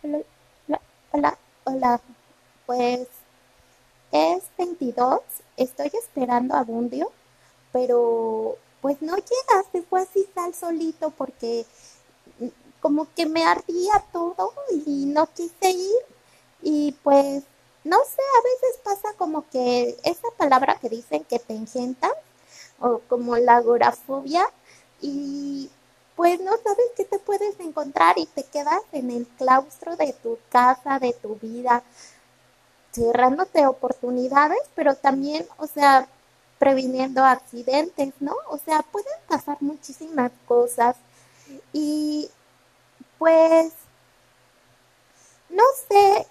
hola, hola, hola, hola. Pues es 22. Estoy esperando a Bundio, pero pues no llega, se fue así sal solito porque mm, como que me ardía todo y no quise ir. Y pues no sé, a veces pasa como que esa palabra que dicen que te engenta o como la agorafobia y pues no sabes qué te puedes encontrar y te quedas en el claustro de tu casa, de tu vida, cerrándote oportunidades, pero también, o sea, previniendo accidentes, ¿no? O sea, pueden pasar muchísimas cosas y pues, no sé,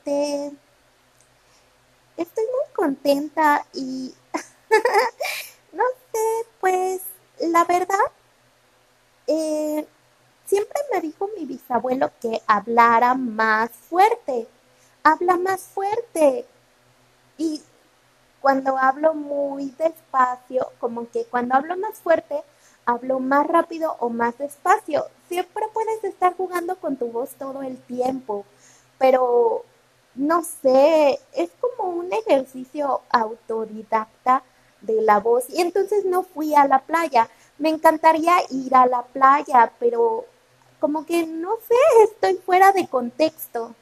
estoy muy contenta y no sé, pues, la verdad, eh, siempre me dijo mi bisabuelo que hablara más fuerte. Habla más fuerte. Y cuando hablo muy despacio, como que cuando hablo más fuerte, hablo más rápido o más despacio. Siempre puedes estar jugando con tu voz todo el tiempo, pero no sé, es como un ejercicio autodidacta de la voz. Y entonces no fui a la playa. Me encantaría ir a la playa, pero como que no sé, estoy fuera de contexto.